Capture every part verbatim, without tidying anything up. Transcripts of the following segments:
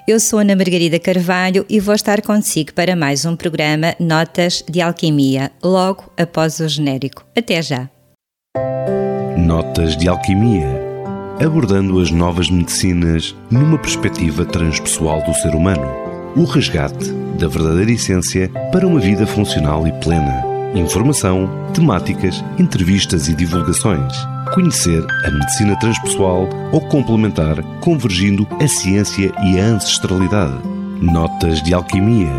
Eu sou Ana Margarida Carvalho e vou estar consigo para mais um programa Notas de Alquimia, logo após o genérico. Até já! Notas de Alquimia, abordando as novas medicinas numa perspectiva transpessoal do ser humano. O resgate da verdadeira essência para uma vida funcional e plena. Informação, temáticas, entrevistas e divulgações. Conhecer a medicina transpessoal ou complementar, convergindo a ciência e a ancestralidade. Notas de Alquimia.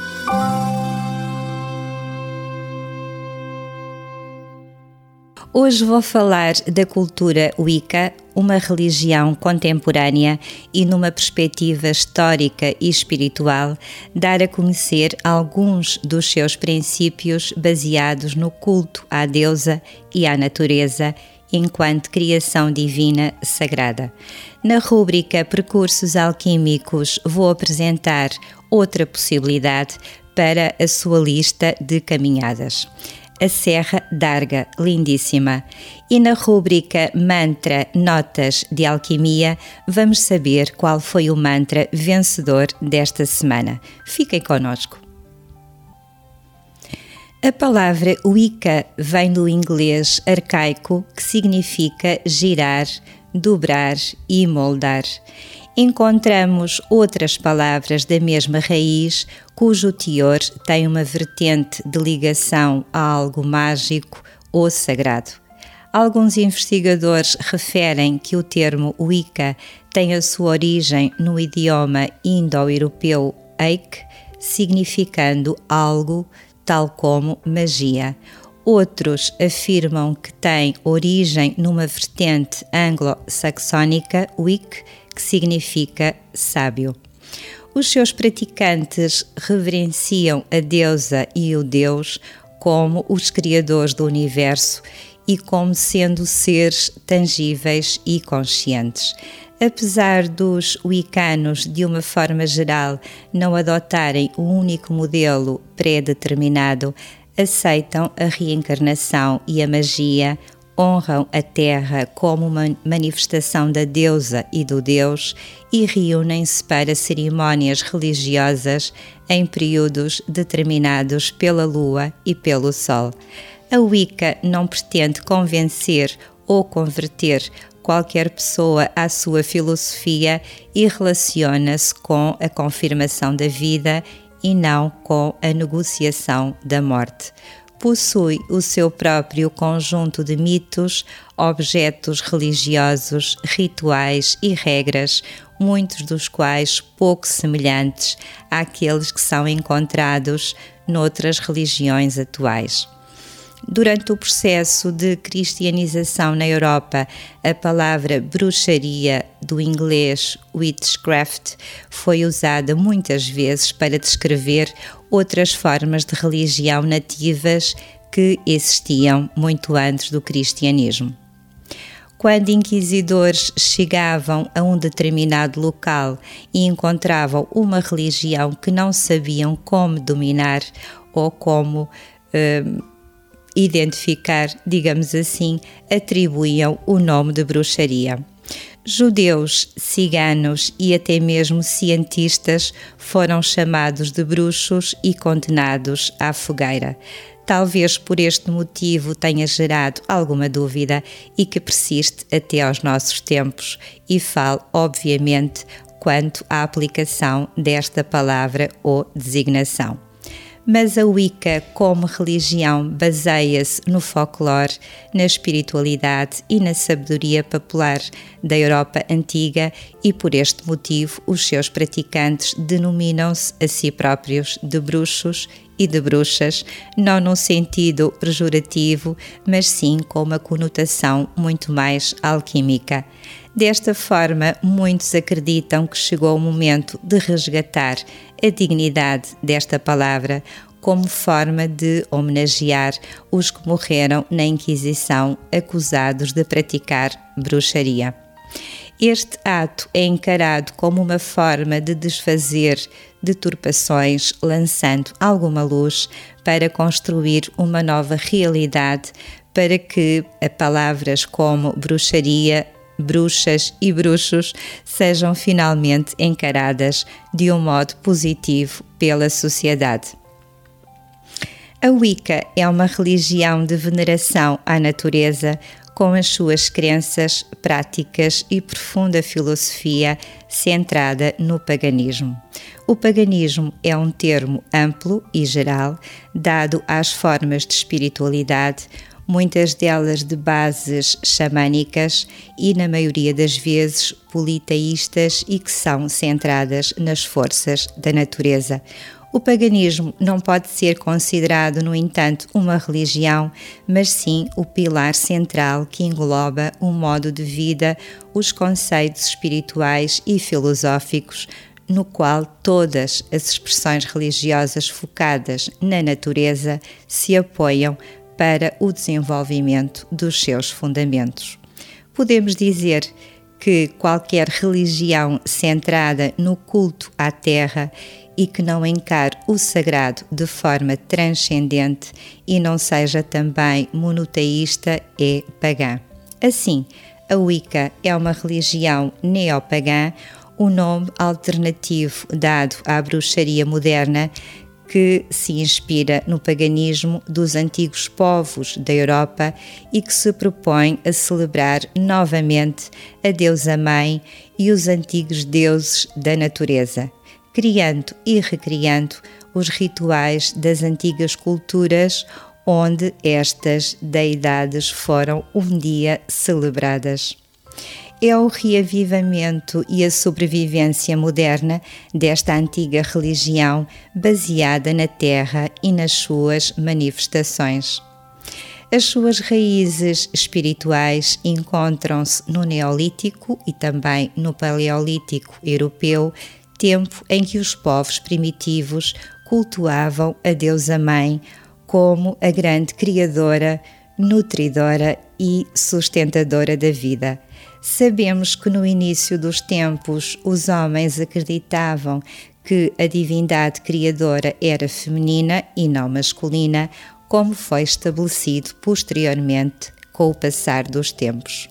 Hoje vou falar da cultura Wicca, uma religião contemporânea e numa perspectiva histórica e espiritual, dar a conhecer alguns dos seus princípios baseados no culto à deusa e à natureza, enquanto criação divina sagrada. Na rúbrica Percursos Alquímicos vou apresentar outra possibilidade para a sua lista de caminhadas. A Serra d'Arga, lindíssima. E na rúbrica Mantra Notas de Alquimia vamos saber qual foi o mantra vencedor desta semana. Fiquem connosco. A palavra Wicca vem do inglês arcaico, que significa girar, dobrar e moldar. Encontramos outras palavras da mesma raiz, cujo teor tem uma vertente de ligação a algo mágico ou sagrado. Alguns investigadores referem que o termo Wicca tem a sua origem no idioma indo-europeu Eik, significando algo tal como magia. Outros afirmam que tem origem numa vertente anglo-saxónica, Wic, que significa sábio. Os seus praticantes reverenciam a deusa e o deus como os criadores do universo e como sendo seres tangíveis e conscientes. Apesar dos wiccanos, de uma forma geral, não adotarem um único modelo pré-determinado, aceitam a reencarnação e a magia, honram a Terra como uma manifestação da deusa e do deus e reúnem-se para cerimónias religiosas em períodos determinados pela Lua e pelo Sol. A Wicca não pretende convencer ou converter qualquer pessoa à sua filosofia e relaciona-se com a confirmação da vida e não com a negociação da morte. Possui o seu próprio conjunto de mitos, objetos religiosos, rituais e regras, muitos dos quais pouco semelhantes àqueles que são encontrados noutras religiões atuais. Durante o processo de cristianização na Europa, a palavra bruxaria, do inglês witchcraft, foi usada muitas vezes para descrever outras formas de religião nativas que existiam muito antes do cristianismo. Quando inquisidores chegavam a um determinado local e encontravam uma religião que não sabiam como dominar ou como uh, identificar, digamos assim, atribuíam o nome de bruxaria. Judeus, ciganos e até mesmo cientistas foram chamados de bruxos e condenados à fogueira. Talvez por este motivo tenha gerado alguma dúvida e que persiste até aos nossos tempos, e falo, obviamente, quanto à aplicação desta palavra ou designação. Mas a Wicca, como religião, baseia-se no folclore, na espiritualidade e na sabedoria popular da Europa antiga e, por este motivo, os seus praticantes denominam-se a si próprios de bruxos e de bruxas, não num sentido pejorativo, mas sim com uma conotação muito mais alquímica. Desta forma, muitos acreditam que chegou o momento de resgatar a dignidade desta palavra como forma de homenagear os que morreram na Inquisição acusados de praticar bruxaria. Este ato é encarado como uma forma de desfazer deturpações, lançando alguma luz para construir uma nova realidade, para que a palavras como bruxaria, bruxas e bruxos sejam finalmente encaradas de um modo positivo pela sociedade. A Wicca é uma religião de veneração à natureza, com as suas crenças, práticas e profunda filosofia centrada no paganismo. O paganismo é um termo amplo e geral, dado às formas de espiritualidade, muitas delas de bases xamânicas e, na maioria das vezes, politeístas e que são centradas nas forças da natureza. O paganismo não pode ser considerado, no entanto, uma religião, mas sim o pilar central que engloba um modo de vida, os conceitos espirituais e filosóficos, no qual todas as expressões religiosas focadas na natureza se apoiam para o desenvolvimento dos seus fundamentos. Podemos dizer que qualquer religião centrada no culto à terra e que não encare o sagrado de forma transcendente e não seja também monoteísta é pagã. Assim, a Wicca é uma religião neopagã, o nome alternativo dado à bruxaria moderna que se inspira no paganismo dos antigos povos da Europa e que se propõe a celebrar novamente a deusa-mãe e os antigos deuses da natureza, criando e recriando os rituais das antigas culturas onde estas deidades foram um dia celebradas. É o reavivamento e a sobrevivência moderna desta antiga religião baseada na terra e nas suas manifestações. As suas raízes espirituais encontram-se no Neolítico e também no Paleolítico europeu, tempo em que os povos primitivos cultuavam a deusa-mãe como a grande criadora, nutridora e sustentadora da vida. Sabemos que no início dos tempos os homens acreditavam que a divindade criadora era feminina e não masculina, como foi estabelecido posteriormente com o passar dos tempos.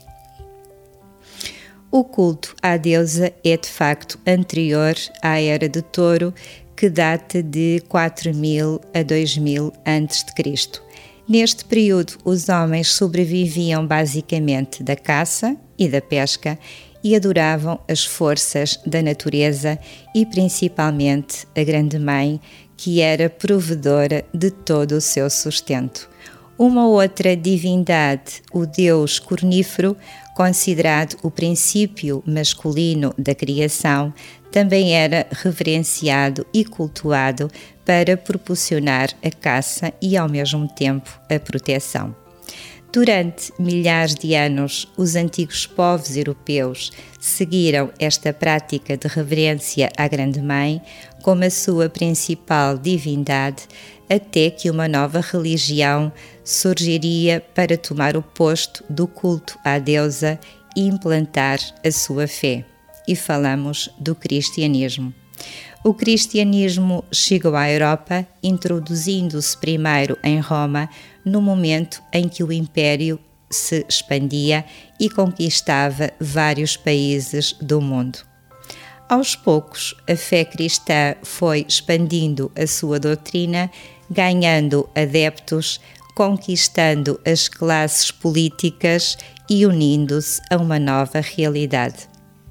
O culto à deusa é de facto anterior à Era de Touro, que data de quatro mil a dois mil antes de Cristo. Neste período, os homens sobreviviam basicamente da caça e da pesca e adoravam as forças da natureza e principalmente a Grande Mãe, que era provedora de todo o seu sustento. Uma outra divindade, o deus cornífero, considerado o princípio masculino da criação, também era reverenciado e cultuado para proporcionar a caça e, ao mesmo tempo, a proteção. Durante milhares de anos, os antigos povos europeus seguiram esta prática de reverência à Grande Mãe como a sua principal divindade, até que uma nova religião surgiria para tomar o posto do culto à deusa e implantar a sua fé. E falamos do cristianismo. O cristianismo chegou à Europa, introduzindo-se primeiro em Roma, no momento em que o Império se expandia e conquistava vários países do mundo. Aos poucos, a fé cristã foi expandindo a sua doutrina, ganhando adeptos, conquistando as classes políticas e unindo-se a uma nova realidade.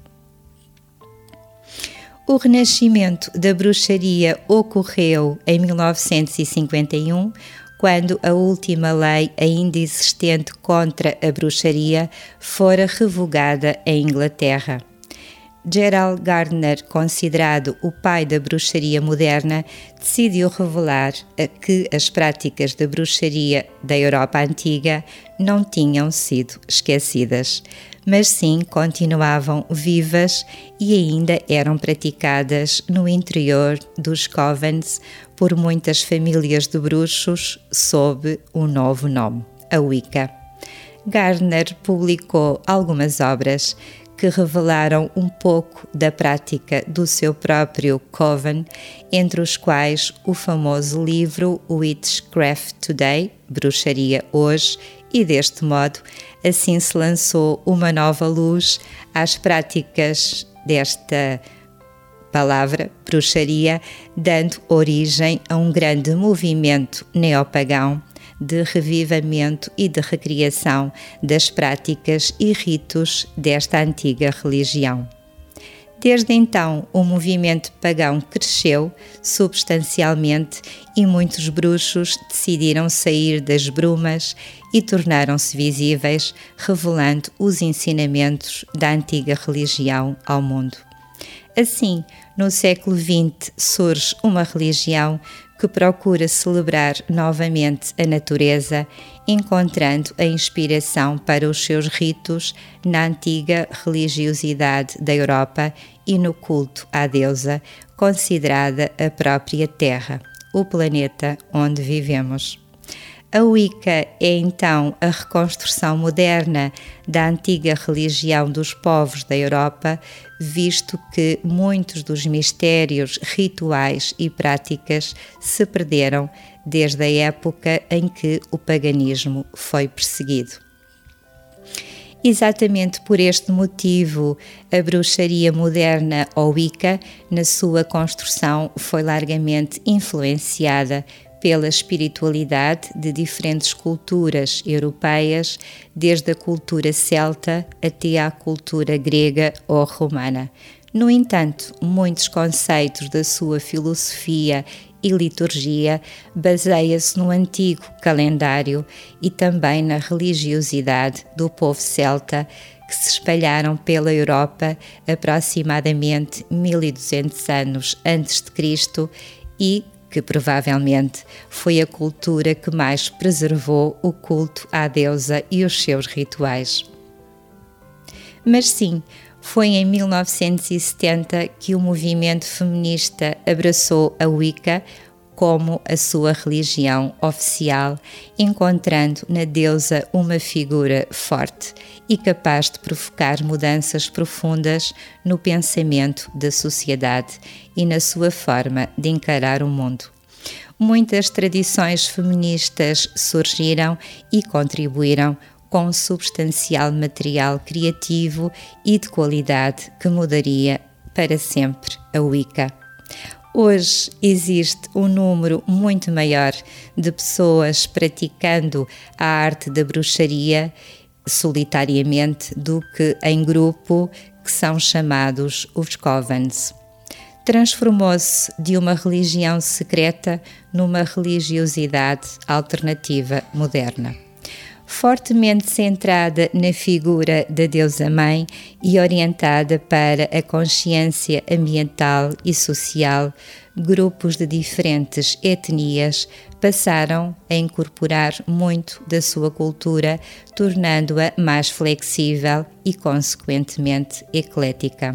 O renascimento da bruxaria ocorreu em mil novecentos e cinquenta e um, quando a última lei ainda existente contra a bruxaria fora revogada em Inglaterra. Gerald Gardner, considerado o pai da bruxaria moderna, decidiu revelar que as práticas da bruxaria da Europa antiga não tinham sido esquecidas, mas sim continuavam vivas e ainda eram praticadas no interior dos covens por muitas famílias de bruxos sob um novo nome, a Wicca. Gardner publicou algumas obras que revelaram um pouco da prática do seu próprio coven, entre os quais o famoso livro Witchcraft Today, Bruxaria Hoje, E deste modo, assim se lançou uma nova luz às práticas desta palavra, bruxaria, dando origem a um grande movimento neopagão de revivamento e de recriação das práticas e ritos desta antiga religião. Desde então, o movimento pagão cresceu substancialmente e muitos bruxos decidiram sair das brumas e tornaram-se visíveis, revelando os ensinamentos da antiga religião ao mundo. Assim, no século vinte surge uma religião que procura celebrar novamente a natureza, encontrando a inspiração para os seus ritos na antiga religiosidade da Europa e no culto à deusa, considerada a própria Terra, o planeta onde vivemos. A Wicca é então a reconstrução moderna da antiga religião dos povos da Europa, visto que muitos dos mistérios, rituais e práticas se perderam desde a época em que o paganismo foi perseguido. Exatamente por este motivo, a bruxaria moderna ou Wicca, na sua construção, foi largamente influenciada pela espiritualidade de diferentes culturas europeias, desde a cultura celta até à cultura grega ou romana. No entanto, muitos conceitos da sua filosofia e liturgia baseia-se no antigo calendário e também na religiosidade do povo celta, que se espalharam pela Europa aproximadamente mil e duzentos anos antes de Cristo e que provavelmente foi a cultura que mais preservou o culto à deusa e os seus rituais. Mas sim, foi em mil novecentos e setenta que o movimento feminista abraçou a Wicca como a sua religião oficial, encontrando na deusa uma figura forte e capaz de provocar mudanças profundas no pensamento da sociedade e na sua forma de encarar o mundo. Muitas tradições feministas surgiram e contribuíram com substancial material criativo e de qualidade que mudaria para sempre a Wicca. Hoje existe um número muito maior de pessoas praticando a arte da bruxaria solitariamente do que em grupo, que são chamados os covens. Transformou-se de uma religião secreta numa religiosidade alternativa moderna. Fortemente centrada na figura da deusa-mãe e orientada para a consciência ambiental e social, grupos de diferentes etnias passaram a incorporar muito da sua cultura, tornando-a mais flexível e, consequentemente, eclética.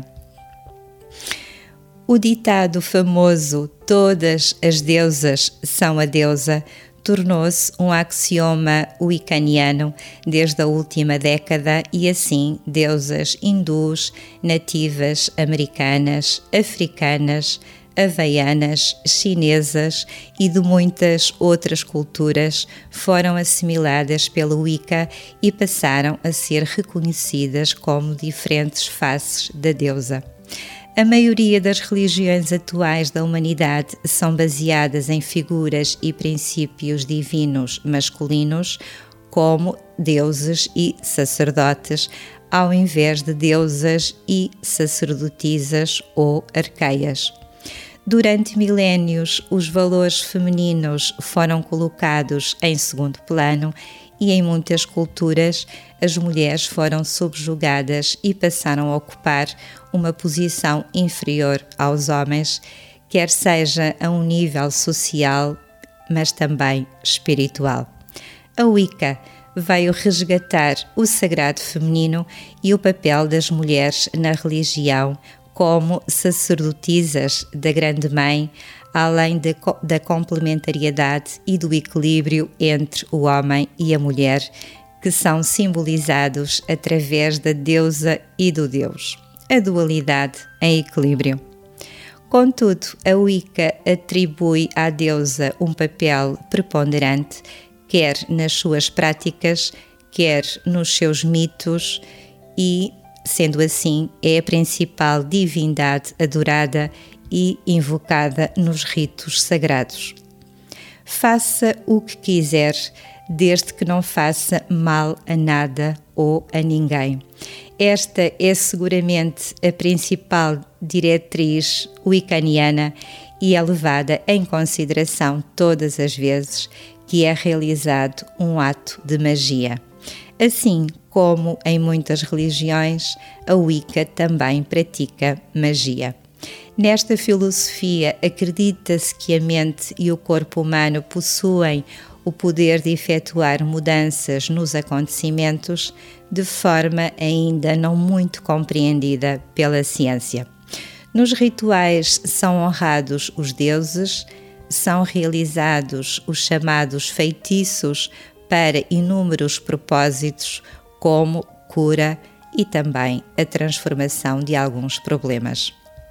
O ditado famoso "todas as deusas são a deusa" tornou-se um axioma wiccaniano desde a última década e assim deusas hindus, nativas americanas, africanas, havaianas, chinesas e de muitas outras culturas foram assimiladas pela Wicca e passaram a ser reconhecidas como diferentes faces da deusa. A maioria das religiões atuais da humanidade são baseadas em figuras e princípios divinos masculinos, como deuses e sacerdotes, ao invés de deusas e sacerdotisas ou arqueias. Durante milénios, os valores femininos foram colocados em segundo plano e em muitas culturas as mulheres foram subjugadas e passaram a ocupar uma posição inferior aos homens, quer seja a um nível social, mas também espiritual. A Wicca veio resgatar o sagrado feminino e o papel das mulheres na religião como sacerdotisas da Grande Mãe, além de, da complementariedade e do equilíbrio entre o homem e a mulher, que são simbolizados através da deusa e do deus. A dualidade em equilíbrio. Contudo, a Wicca atribui à deusa um papel preponderante quer nas suas práticas, quer nos seus mitos e, sendo assim, é a principal divindade adorada e invocada nos ritos sagrados. Faça o que quiser, desde que não faça mal a nada ou a ninguém. Esta é seguramente a principal diretriz wiccaniana e é levada em consideração todas as vezes que é realizado um ato de magia. Assim como em muitas religiões, a Wicca também pratica magia. Nesta filosofia, acredita-se que a mente e o corpo humano possuem o poder de efetuar mudanças nos acontecimentos de forma ainda não muito compreendida pela ciência. Nos rituais são honrados os deuses, são realizados os chamados feitiços para inúmeros propósitos, como cura e também a transformação de alguns problemas.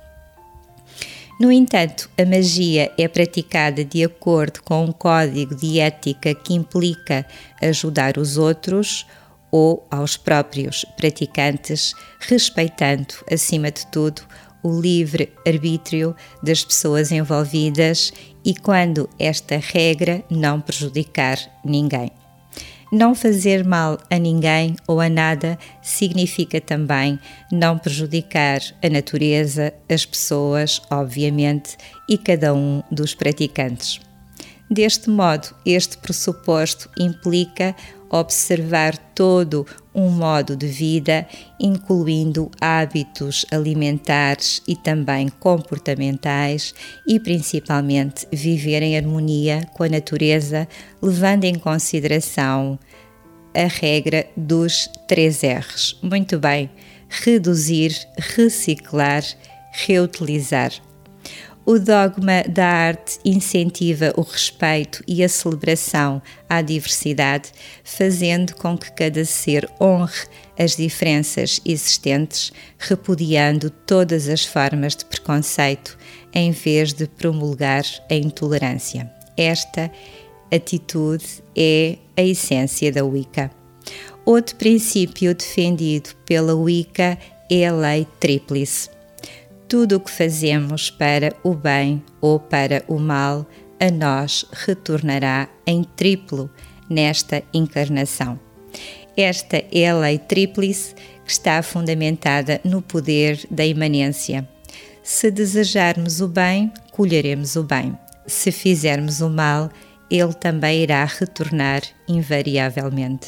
No entanto, a magia é praticada de acordo com um código de ética que implica ajudar os outros ou aos próprios praticantes, respeitando, acima de tudo, o livre arbítrio das pessoas envolvidas e quando esta regra não prejudicar ninguém. Não fazer mal a ninguém ou a nada significa também não prejudicar a natureza, as pessoas, obviamente, e cada um dos praticantes. Deste modo, este pressuposto implica observar todo um modo de vida, incluindo hábitos alimentares e também comportamentais e principalmente viver em harmonia com a natureza, levando em consideração a regra dos três R's. Muito bem, reduzir, reciclar, reutilizar. O dogma da arte incentiva o respeito e a celebração à diversidade, fazendo com que cada ser honre as diferenças existentes, repudiando todas as formas de preconceito, em vez de promulgar a intolerância. Esta atitude é a essência da Wicca. Outro princípio defendido pela Wicca é a lei tríplice. Tudo o que fazemos para o bem ou para o mal, a nós retornará em triplo nesta encarnação. Esta é a lei tríplice que está fundamentada no poder da imanência. Se desejarmos o bem, colheremos o bem. Se fizermos o mal, ele também irá retornar invariavelmente.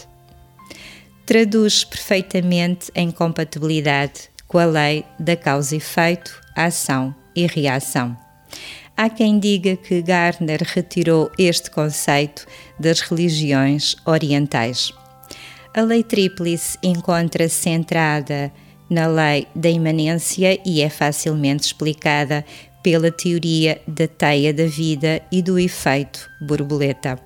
Traduz perfeitamente em compatibilidade com a lei da causa e efeito, ação e reação. Há quem diga que Gardner retirou este conceito das religiões orientais. A lei tríplice encontra-se centrada na lei da imanência e é facilmente explicada pela teoria da teia da vida e do efeito borboleta.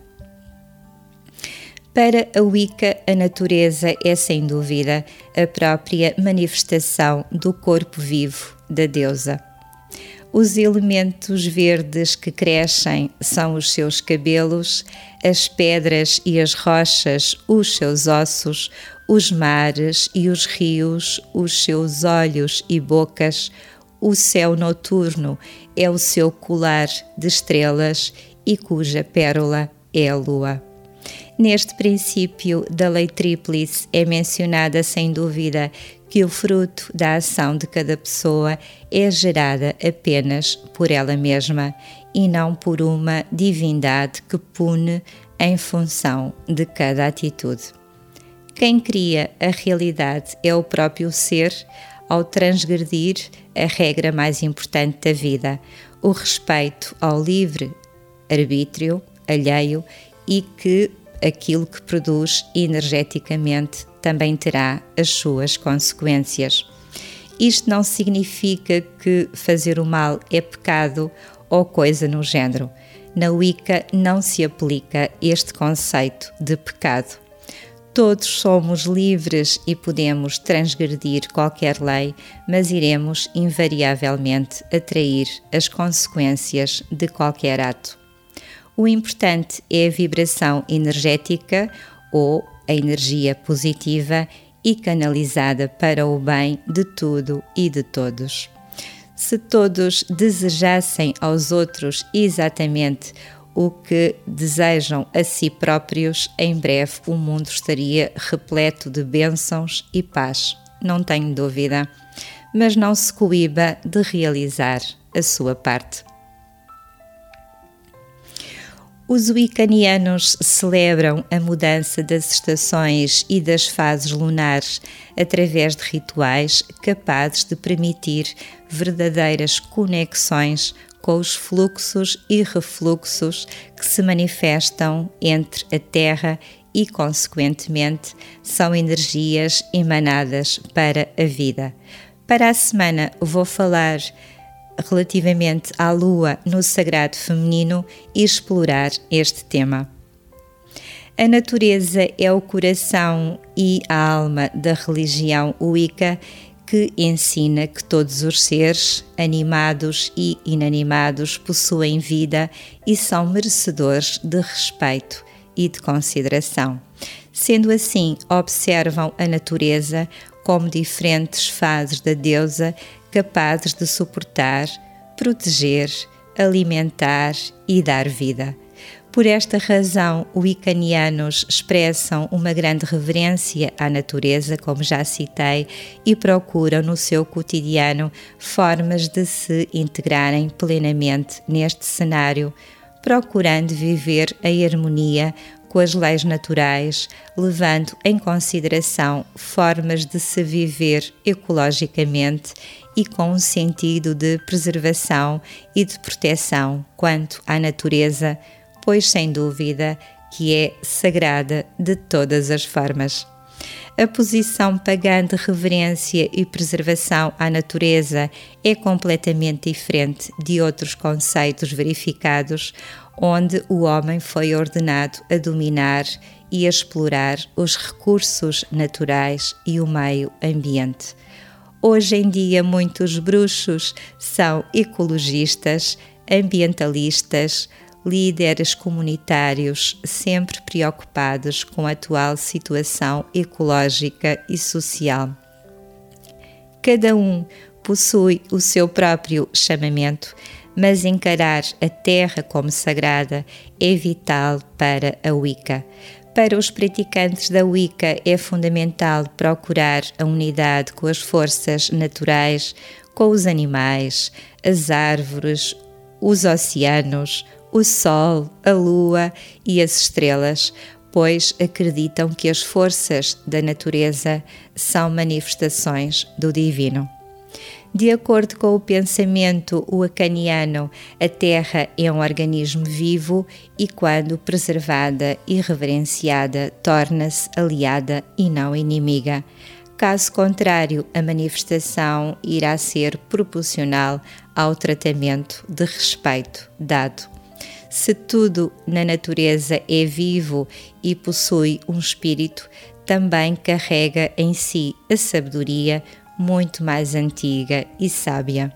Para a Wicca, a natureza é, sem dúvida, a própria manifestação do corpo vivo da deusa. Os elementos verdes que crescem são os seus cabelos, as pedras e as rochas, os seus ossos, os mares e os rios, os seus olhos e bocas, o céu noturno é o seu colar de estrelas e cuja pérola é a lua. Neste princípio da lei tríplice é mencionada sem dúvida que o fruto da ação de cada pessoa é gerada apenas por ela mesma e não por uma divindade que pune em função de cada atitude. Quem cria a realidade é o próprio ser ao transgredir a regra mais importante da vida, o respeito ao livre arbítrio alheio e que aquilo que produz energeticamente também terá as suas consequências. Isto não significa que fazer o mal é pecado ou coisa no género. Na Wicca não se aplica este conceito de pecado. Todos somos livres e podemos transgredir qualquer lei, mas iremos invariavelmente atrair as consequências de qualquer ato. O importante é a vibração energética ou a energia positiva e canalizada para o bem de tudo e de todos. Se todos desejassem aos outros exatamente o que desejam a si próprios, em breve o mundo estaria repleto de bênçãos e paz, não tenho dúvida, mas não se coíba de realizar a sua parte. Os wiccanianos celebram a mudança das estações e das fases lunares através de rituais capazes de permitir verdadeiras conexões com os fluxos e refluxos que se manifestam entre a Terra e, consequentemente, são energias emanadas para a vida. Para a semana vou falar relativamente à Lua no sagrado feminino e explorar este tema. A natureza é o coração e a alma da religião Wicca, que ensina que todos os seres, animados e inanimados, possuem vida e são merecedores de respeito e de consideração. Sendo assim, observam a natureza como diferentes fases da deusa capazes de suportar, proteger, alimentar e dar vida. Por esta razão, os wiccanianos expressam uma grande reverência à natureza, como já citei, e procuram no seu cotidiano formas de se integrarem plenamente neste cenário, procurando viver a harmonia com as leis naturais, levando em consideração formas de se viver ecologicamente e com um sentido de preservação e de proteção quanto à natureza, pois sem dúvida que é sagrada de todas as formas. A posição pagã de reverência e preservação à natureza é completamente diferente de outros conceitos verificados, onde o homem foi ordenado a dominar e a explorar os recursos naturais e o meio ambiente. Hoje em dia, muitos bruxos são ecologistas, ambientalistas, líderes comunitários, sempre preocupados com a atual situação ecológica e social. Cada um possui o seu próprio chamamento, mas encarar a terra como sagrada é vital para a Wicca. Para os praticantes da Wicca é fundamental procurar a unidade com as forças naturais, com os animais, as árvores, os oceanos, o Sol, a Lua e as estrelas, pois acreditam que as forças da natureza são manifestações do divino. De acordo com o pensamento wiccaniano, a Terra é um organismo vivo e, quando preservada e reverenciada, torna-se aliada e não inimiga. Caso contrário, a manifestação irá ser proporcional ao tratamento de respeito dado. Se tudo na natureza é vivo e possui um espírito, também carrega em si a sabedoria muito mais antiga e sábia.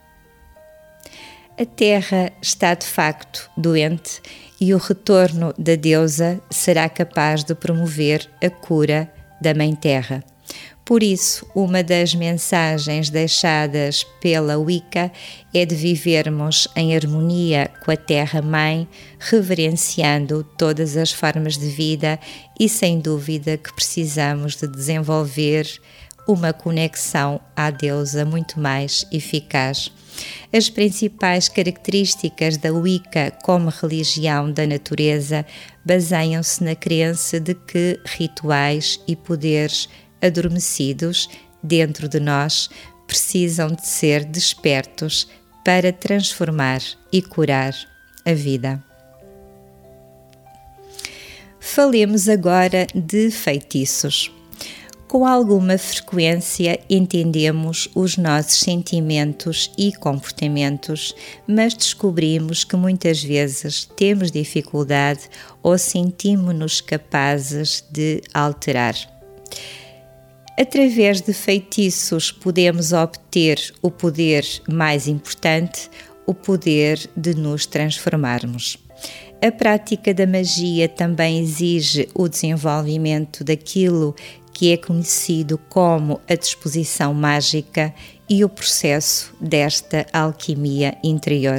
A Terra está de facto doente e o retorno da deusa será capaz de promover a cura da Mãe Terra. Por isso, uma das mensagens deixadas pela Wicca é de vivermos em harmonia com a Terra-mãe, reverenciando todas as formas de vida e sem dúvida que precisamos de desenvolver uma conexão à deusa muito mais eficaz. As principais características da Wicca como religião da natureza baseiam-se na crença de que rituais e poderes adormecidos dentro de nós precisam de ser despertos para transformar e curar a vida. Falemos agora de feitiços. Com alguma frequência entendemos os nossos sentimentos e comportamentos, mas descobrimos que muitas vezes temos dificuldade ou sentimos-nos capazes de alterar. Através de feitiços podemos obter o poder mais importante, o poder de nos transformarmos. A prática da magia também exige o desenvolvimento daquilo que é conhecido como a disposição mágica e o processo desta alquimia interior.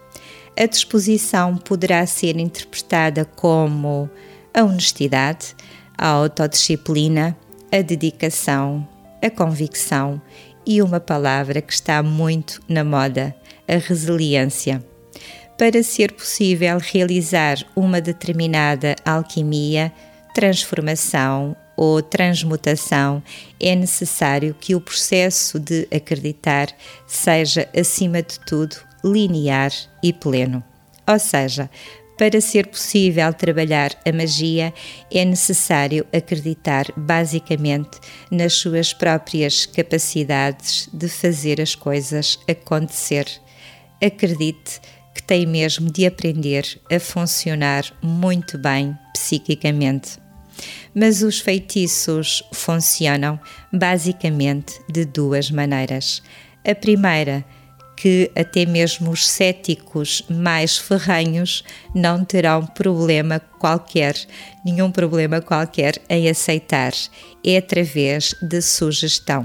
A disposição poderá ser interpretada como a honestidade, a autodisciplina, a dedicação, a convicção e uma palavra que está muito na moda, a resiliência. Para ser possível realizar uma determinada alquimia, transformação ou transmutação, é necessário que o processo de acreditar seja, acima de tudo, linear e pleno. Ou seja, para ser possível trabalhar a magia, é necessário acreditar basicamente nas suas próprias capacidades de fazer as coisas acontecer. Acredite que tem mesmo de aprender a funcionar muito bem psiquicamente. Mas os feitiços funcionam basicamente de duas maneiras. A primeira, que até mesmo os céticos mais ferrenhos não terão problema qualquer, nenhum problema qualquer em aceitar, é através de sugestão.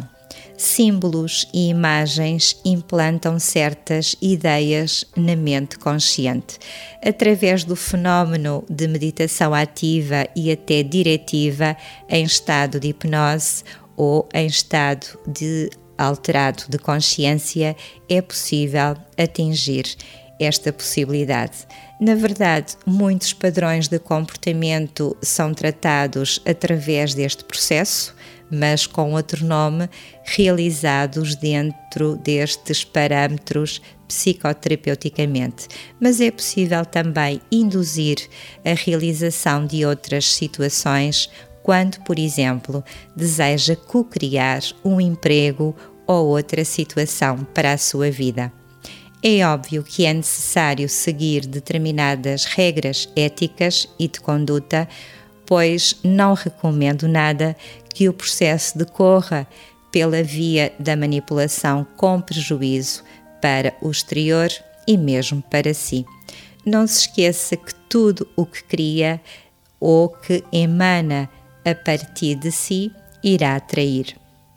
Símbolos e imagens implantam certas ideias na mente consciente. Através do fenómeno de meditação ativa e até diretiva em estado de hipnose ou em estado de alterado de consciência, é possível atingir esta possibilidade. Na verdade, muitos padrões de comportamento são tratados através deste processo, mas com outro nome, realizados dentro destes parâmetros psicoterapeuticamente. Mas é possível também induzir a realização de outras situações quando, por exemplo, deseja co-criar um emprego ou outra situação para a sua vida. É óbvio que é necessário seguir determinadas regras éticas e de conduta, pois não recomendo nada que o processo decorra pela via da manipulação com prejuízo para o exterior e mesmo para si. Não se esqueça que tudo o que cria ou que emana a partir de si irá atrair.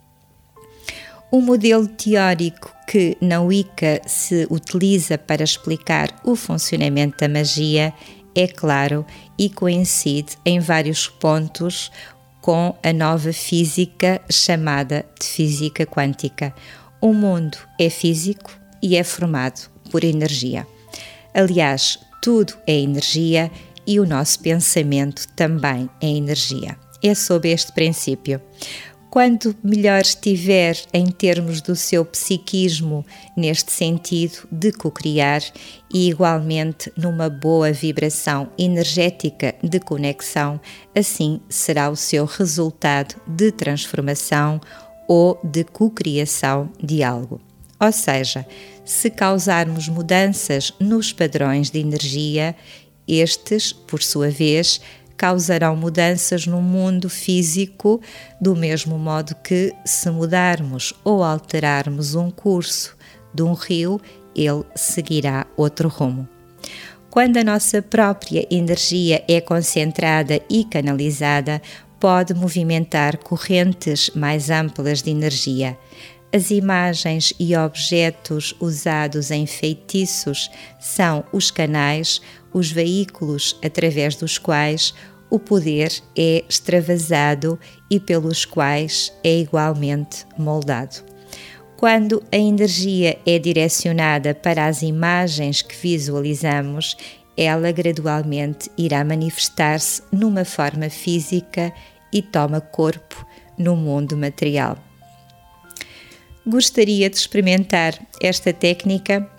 O modelo teórico que na Wicca se utiliza para explicar o funcionamento da magia é claro e coincide em vários pontos com a nova física chamada de física quântica. O mundo é físico e é formado por energia. Aliás, tudo é energia e o nosso pensamento também é energia. É sob este princípio. Quanto melhor estiver em termos do seu psiquismo neste sentido de co-criar e igualmente numa boa vibração energética de conexão, assim será o seu resultado de transformação ou de co-criação de algo. Ou seja, se causarmos mudanças nos padrões de energia, estes, por sua vez, causarão mudanças no mundo físico, do mesmo modo que, se mudarmos ou alterarmos um curso de um rio, ele seguirá outro rumo. Quando a nossa própria energia é concentrada e canalizada, pode movimentar correntes mais amplas de energia. As imagens e objetos usados em feitiços são os canais, os veículos através dos quais o poder é extravasado e pelos quais é igualmente moldado. Quando a energia é direcionada para as imagens que visualizamos, ela gradualmente irá manifestar-se numa forma física e toma corpo no mundo material. Gostaria de experimentar esta técnica?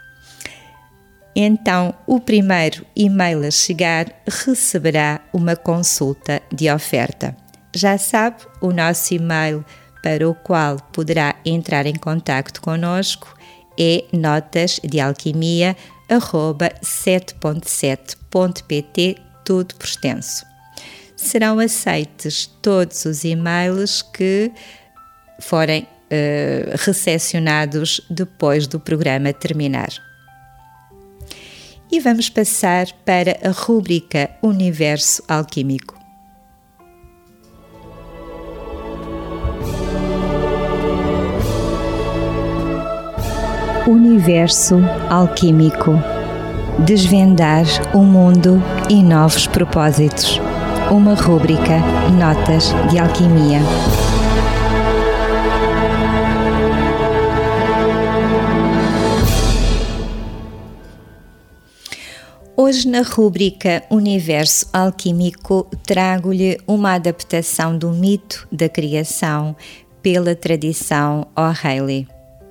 Então, o primeiro e-mail a chegar receberá uma consulta de oferta. Já sabe, o nosso e-mail para o qual poderá entrar em contacto connosco é notas de alquimia arroba sete ponto sete ponto pt, tudo por extenso. Serão aceites todos os e-mails que forem uh, recepcionados depois do programa terminar. e vamos passar para a rúbrica Universo Alquímico. Universo Alquímico. Desvendar o mundo e novos propósitos. Uma rúbrica Notas de Alquimia. Hoje, na rúbrica Universo Alquímico, trago-lhe uma adaptação do mito da criação pela tradição O'Reilly.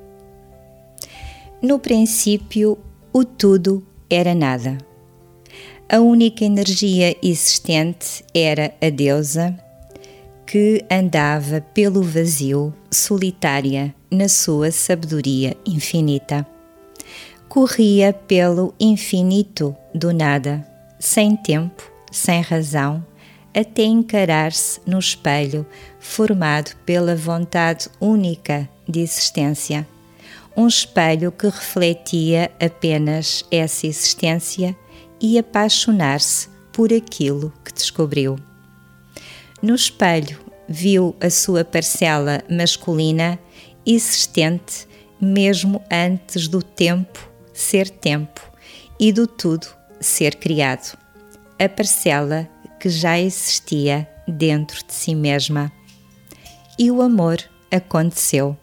No princípio, o tudo era nada. A única energia existente era a deusa, que andava pelo vazio, solitária, na sua sabedoria infinita. Corria pelo infinito do nada, sem tempo, sem razão, até encarar-se no espelho formado pela vontade única de existência. Um espelho que refletia apenas essa existência e apaixonar-se por aquilo que descobriu. No espelho viu a sua parcela masculina existente mesmo antes do tempo ser tempo e do tudo ser criado. A parcela que já existia dentro de si mesma. E o amor aconteceu.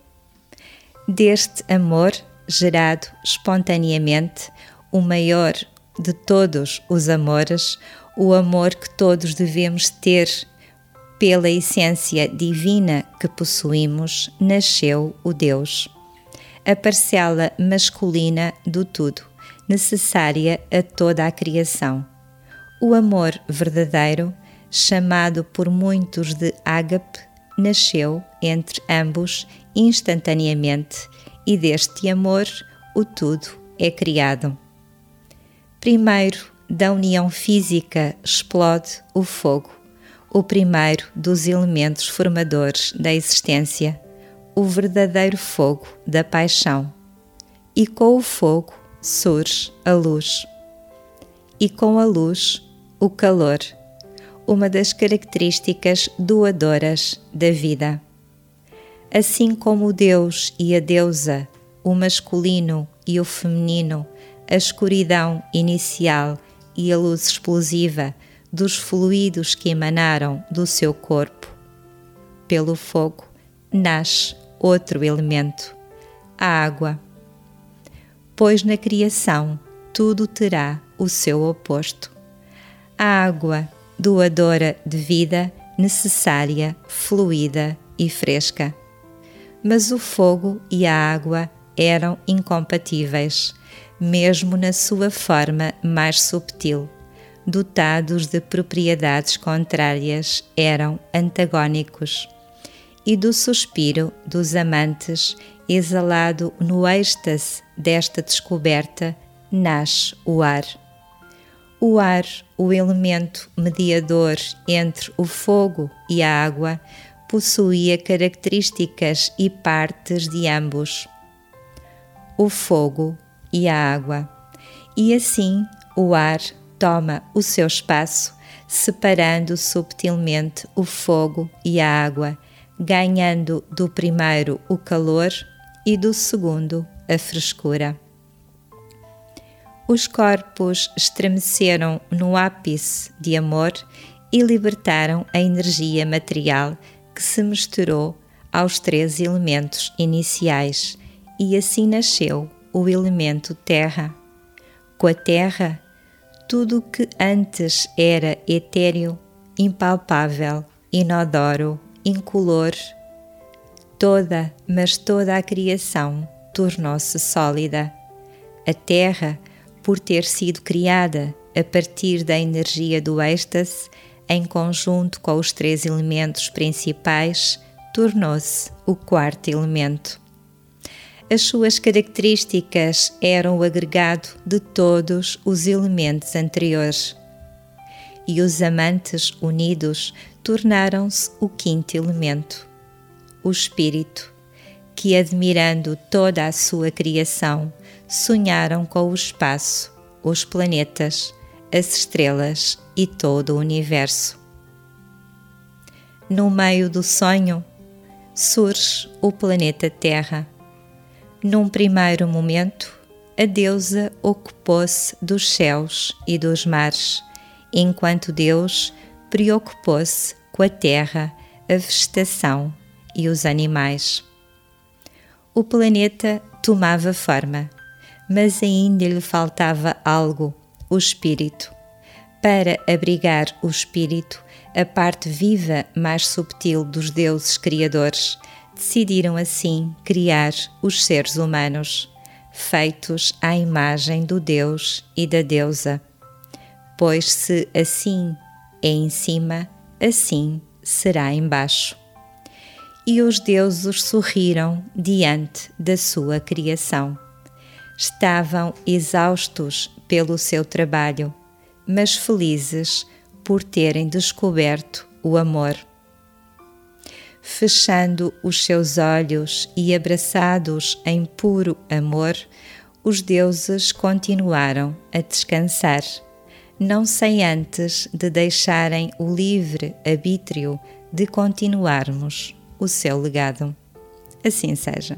Deste amor, gerado espontaneamente, o maior de todos os amores, o amor que todos devemos ter pela essência divina que possuímos, nasceu o Deus, a parcela masculina do tudo, necessária a toda a criação. O amor verdadeiro, chamado por muitos de ágape, nasceu entre ambos instantaneamente, e deste amor o tudo é criado. Primeiro da união física explode o fogo, o primeiro dos elementos formadores da existência, o verdadeiro fogo da paixão. E com o fogo surge a luz. E com a luz, o calor, uma das características doadoras da vida. Assim como o Deus e a deusa, o masculino e o feminino, a escuridão inicial e a luz explosiva dos fluidos que emanaram do seu corpo, pelo fogo nasce outro elemento, a água. Pois na criação tudo terá o seu oposto. A água, doadora de vida, necessária, fluida e fresca. Mas o fogo e a água eram incompatíveis, mesmo na sua forma mais subtil. Dotados de propriedades contrárias, eram antagônicos. E do suspiro dos amantes, exalado no êxtase desta descoberta, nasce o ar. O ar, o elemento mediador entre o fogo e a água, possuía características e partes de ambos, o fogo e a água, e assim o ar toma o seu espaço, separando subtilmente o fogo e a água, ganhando do primeiro o calor e do segundo a frescura. Os corpos estremeceram no ápice de amor e libertaram a energia material que se misturou aos três elementos iniciais, e assim nasceu o elemento terra. Com a terra, tudo o que antes era etéreo, impalpável, inodoro, incolor, toda, mas toda a criação tornou-se sólida. A terra, por ter sido criada a partir da energia do êxtase, em conjunto com os três elementos principais, tornou-se o quarto elemento. As suas características eram o agregado de todos os elementos anteriores. E os amantes unidos tornaram-se o quinto elemento, o espírito, que, admirando toda a sua criação, sonharam com o espaço os planetas, as estrelas e todo o universo. No meio do sonho, surge o planeta Terra. Num primeiro momento, a deusa ocupou-se dos céus e dos mares, enquanto Deus preocupou-se com a terra, a vegetação e os animais. O planeta tomava forma, mas ainda lhe faltava algo, o espírito. Para abrigar o espírito, a parte viva mais subtil dos deuses criadores, decidiram assim criar os seres humanos, feitos à imagem do Deus e da deusa. Pois se assim é em cima, assim será embaixo. E os deuses sorriram diante da sua criação. Estavam exaustos pelo seu trabalho, mas felizes por terem descoberto o amor. Fechando os seus olhos e abraçados em puro amor, os deuses continuaram a descansar, não sem antes de deixarem o livre arbítrio de continuarmos o seu legado. Assim seja.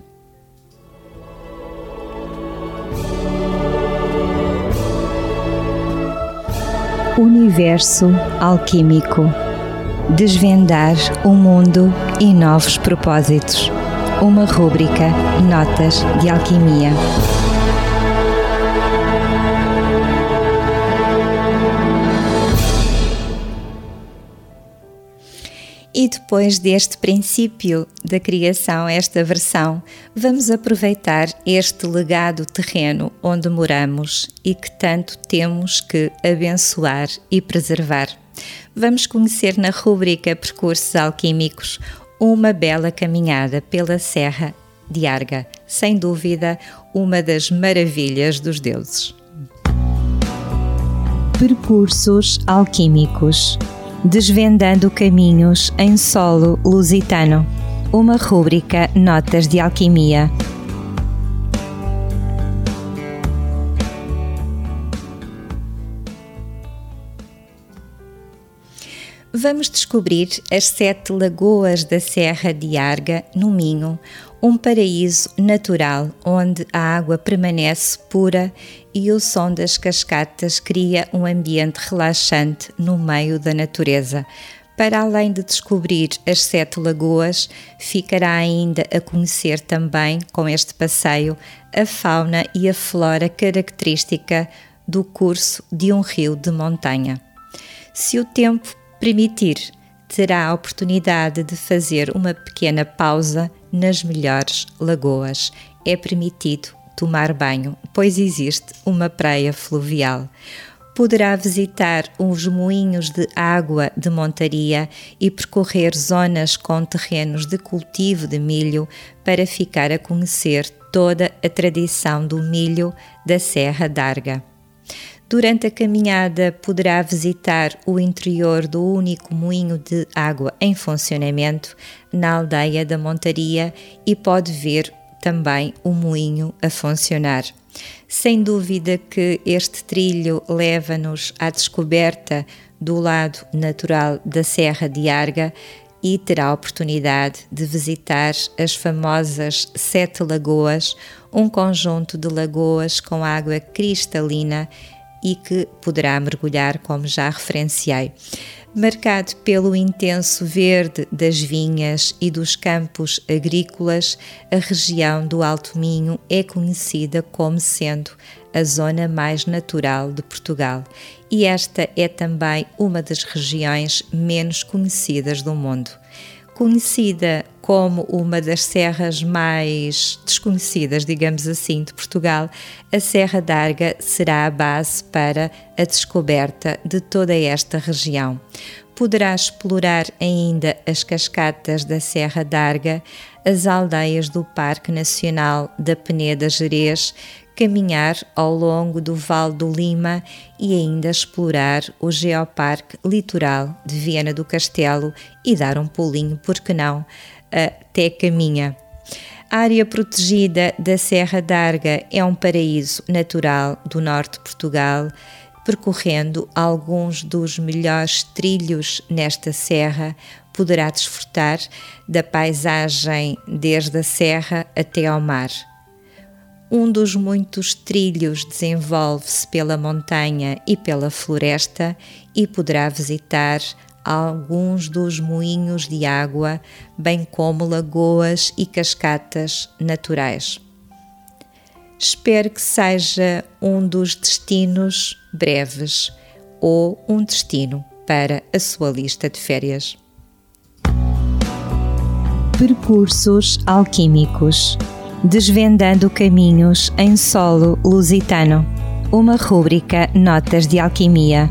Universo alquímico. Desvendar o mundo e novos propósitos. Uma rúbrica Notas de Alquimia. E depois deste princípio da criação, esta versão, vamos aproveitar este legado terreno onde moramos e que tanto temos que abençoar e preservar. Vamos conhecer na rúbrica Percursos Alquímicos uma bela caminhada pela Serra de Arga, sem dúvida uma das maravilhas dos deuses. Percursos Alquímicos. Desvendando caminhos em solo lusitano. Uma rúbrica Notas de Alquimia. Vamos descobrir as sete lagoas da Serra de Arga, no Minho, um paraíso natural onde a água permanece pura e o som das cascatas cria um ambiente relaxante no meio da natureza. Para além de descobrir as sete lagoas, ficará ainda a conhecer também, com este passeio, a fauna e a flora característica do curso de um rio de montanha. Se o tempo permitir, terá a oportunidade de fazer uma pequena pausa nas melhores lagoas. É permitido tomar banho, pois existe uma praia fluvial. Poderá visitar os moinhos de água de montaria e percorrer zonas com terrenos de cultivo de milho para ficar a conhecer toda a tradição do milho da Serra d'Arga. Durante a caminhada poderá visitar o interior do único moinho de água em funcionamento na aldeia da Montaria e pode ver também o moinho a funcionar. Sem dúvida que este trilho leva-nos à descoberta do lado natural da Serra de Arga e terá a oportunidade de visitar as famosas Sete Lagoas, um conjunto de lagoas com água cristalina e que poderá mergulhar, como já referenciei. Marcado pelo intenso verde das vinhas e dos campos agrícolas, a região do Alto Minho é conhecida como sendo a zona mais natural de Portugal e esta é também uma das regiões menos conhecidas do mundo. Conhecida como uma das serras mais desconhecidas, digamos assim, de Portugal, a Serra d'Arga será a base para a descoberta de toda esta região. Poderá explorar ainda as cascatas da Serra d'Arga, as aldeias do Parque Nacional da Peneda Gerês, caminhar ao longo do Vale do Lima e ainda explorar o Geoparque Litoral de Viana do Castelo e dar um pulinho, por que não, até Caminha. A área protegida da Serra d'Arga é um paraíso natural do norte de Portugal. Percorrendo alguns dos melhores trilhos nesta serra, poderá desfrutar da paisagem desde a serra até ao mar. Um dos muitos trilhos desenvolve-se pela montanha e pela floresta e poderá visitar alguns dos moinhos de água, bem como lagoas e cascatas naturais. Espero que seja um dos destinos breves ou um destino para a sua lista de férias. Percursos alquímicos. Desvendando caminhos em solo lusitano. Uma rúbrica Notas de Alquimia.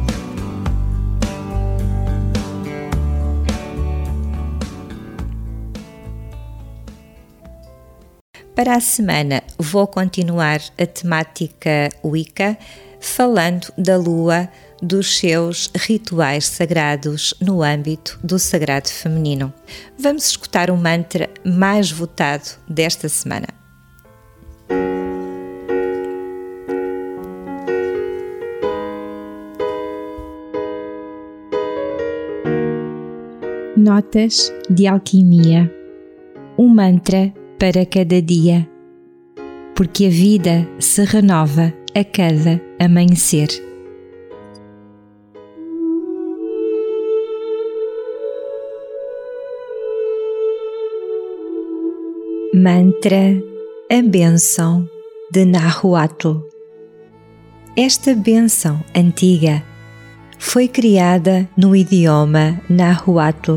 Para a semana vou continuar a temática Wicca, falando da lua, dos seus rituais sagrados no âmbito do sagrado feminino. Vamos escutar o mantra mais votado desta semana. Notas de Alquimia. Um mantra para cada dia, porque a vida se renova a cada amanhecer. Mantra: a bênção de Nahuatl. Esta bênção antiga foi criada no idioma Nahuatl,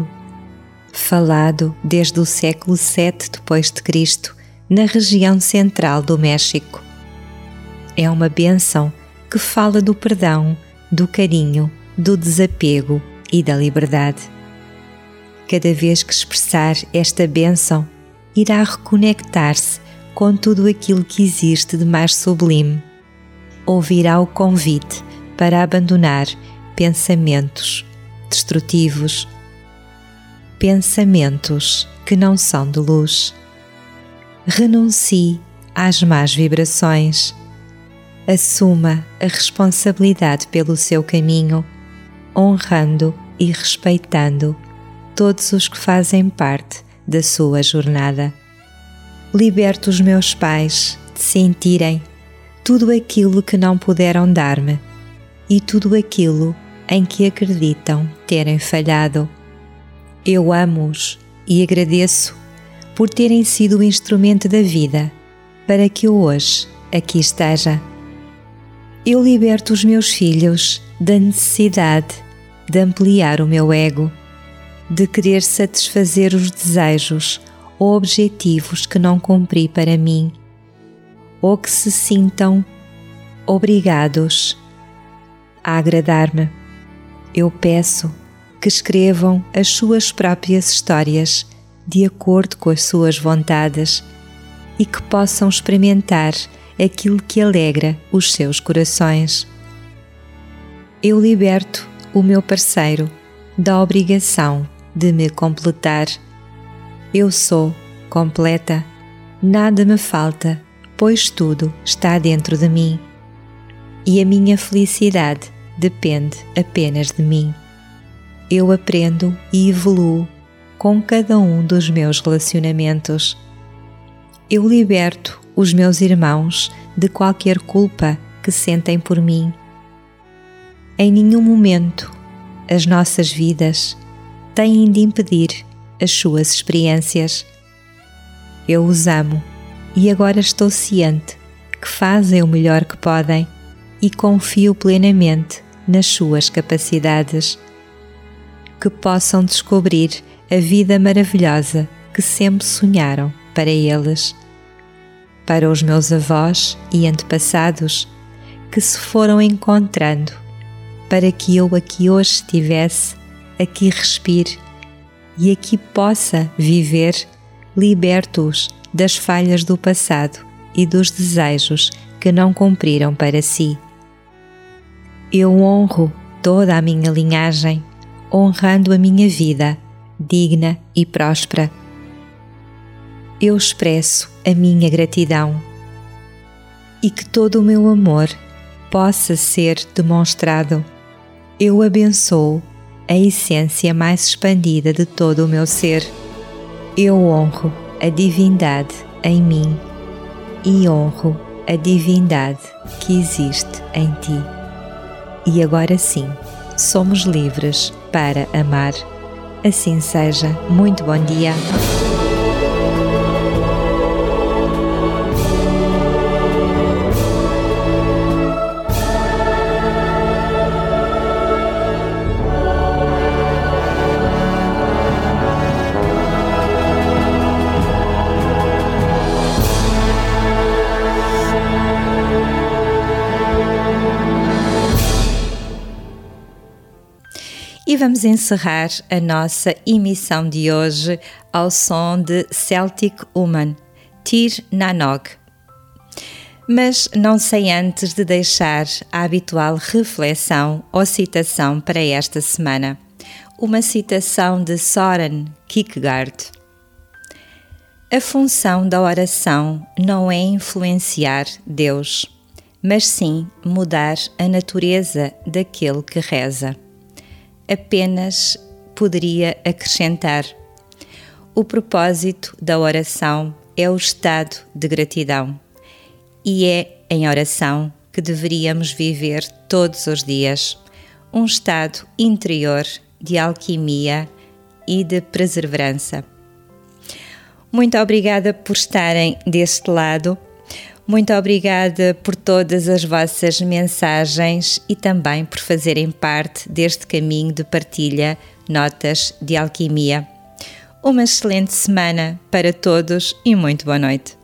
falado desde o século sete depois de Cristo, na região central do México. É uma bênção que fala do perdão, do carinho, do desapego e da liberdade. Cada vez que expressar esta bênção, irá reconectar-se com tudo aquilo que existe de mais sublime. Ouvirá o convite para abandonar pensamentos destrutivos, pensamentos que não são de luz. Renuncie às más vibrações. Assuma a responsabilidade pelo seu caminho, honrando e respeitando todos os que fazem parte da sua jornada. Liberto os meus pais de sentirem tudo aquilo que não puderam dar-me e tudo aquilo em que acreditam terem falhado. Eu amo-os e agradeço por terem sido o instrumento da vida para que eu hoje aqui esteja. Eu liberto os meus filhos da necessidade de ampliar o meu ego, de querer satisfazer os desejos ou objetivos que não cumpri para mim, ou que se sintam obrigados a agradar-me. Eu peço que escrevam as suas próprias histórias de acordo com as suas vontades e que possam experimentar aquilo que alegra os seus corações. Eu liberto o meu parceiro da obrigação de me completar. Eu sou completa, nada me falta, pois tudo está dentro de mim. E a minha felicidade depende apenas de mim. Eu aprendo e evoluo com cada um dos meus relacionamentos. Eu liberto os meus irmãos de qualquer culpa que sentem por mim. Em nenhum momento as nossas vidas têm de impedir as suas experiências. Eu os amo e agora estou ciente que fazem o melhor que podem e confio plenamente nas suas capacidades. Que possam descobrir a vida maravilhosa que sempre sonharam para eles. Para os meus avós e antepassados que se foram encontrando, para que eu aqui hoje estivesse, aqui respire e aqui possa viver, liberto-os das falhas do passado e dos desejos que não cumpriram para si. Eu honro toda a minha linhagem, honrando a minha vida digna e próspera. Eu expresso a minha gratidão e que todo o meu amor possa ser demonstrado. Eu abençoo a essência mais expandida de todo o meu ser. Eu honro a divindade em mim e honro a divindade que existe em ti. E agora sim, somos livres para amar. Assim seja. Muito bom dia. E vamos encerrar a nossa emissão de hoje ao som de Celtic Woman, Tir na Nog. Mas não sei antes de deixar a habitual reflexão ou citação para esta semana. Uma citação de Søren Kierkegaard. A função da oração não é influenciar Deus, mas sim mudar a natureza daquele que reza. Apenas poderia acrescentar: o propósito da oração é o estado de gratidão, e é em oração que deveríamos viver todos os dias, um estado interior de alquimia e de perseverança. Muito obrigada por estarem deste lado. Muito obrigada por todas as vossas mensagens e também por fazerem parte deste caminho de partilha Notas de Alquimia. Uma excelente semana para todos e muito boa noite.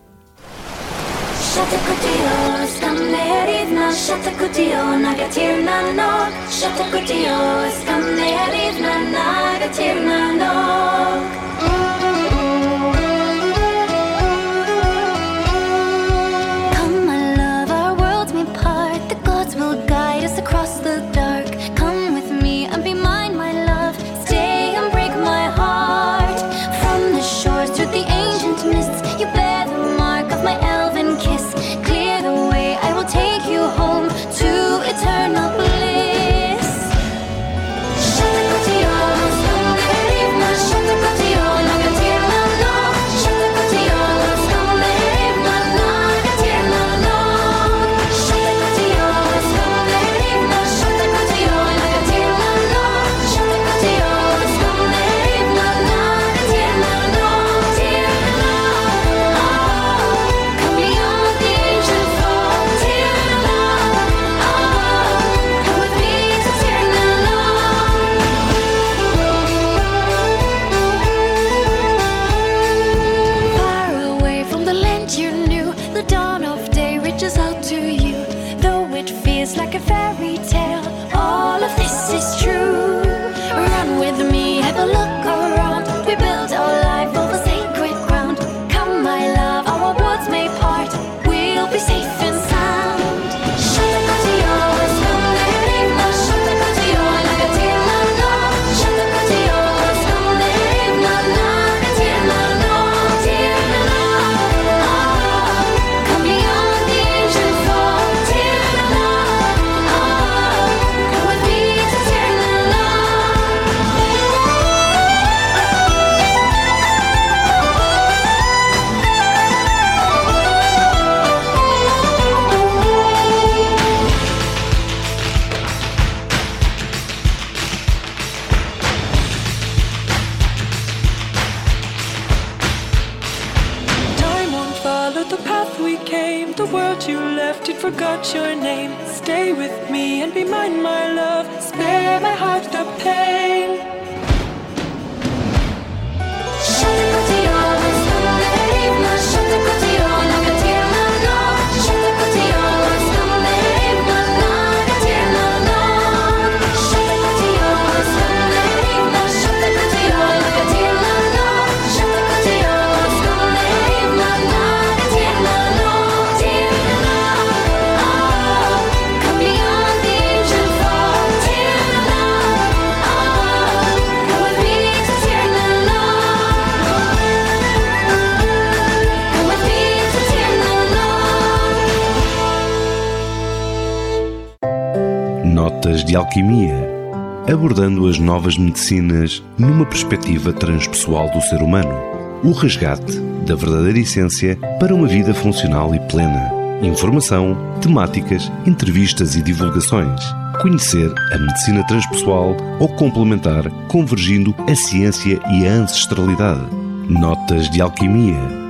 Forgot your name. Stay with me and be mine, my love. Spare my heart the pain. Come beyond the ancient fall, till now. Notas de alquimia, abordando as novas medicinas numa perspectiva transpessoal do ser humano. O resgate da verdadeira essência para uma vida funcional e plena. Informação, temáticas, entrevistas e divulgações. Conhecer a medicina transpessoal ou complementar, convergindo a ciência e a ancestralidade. Notas de alquimia.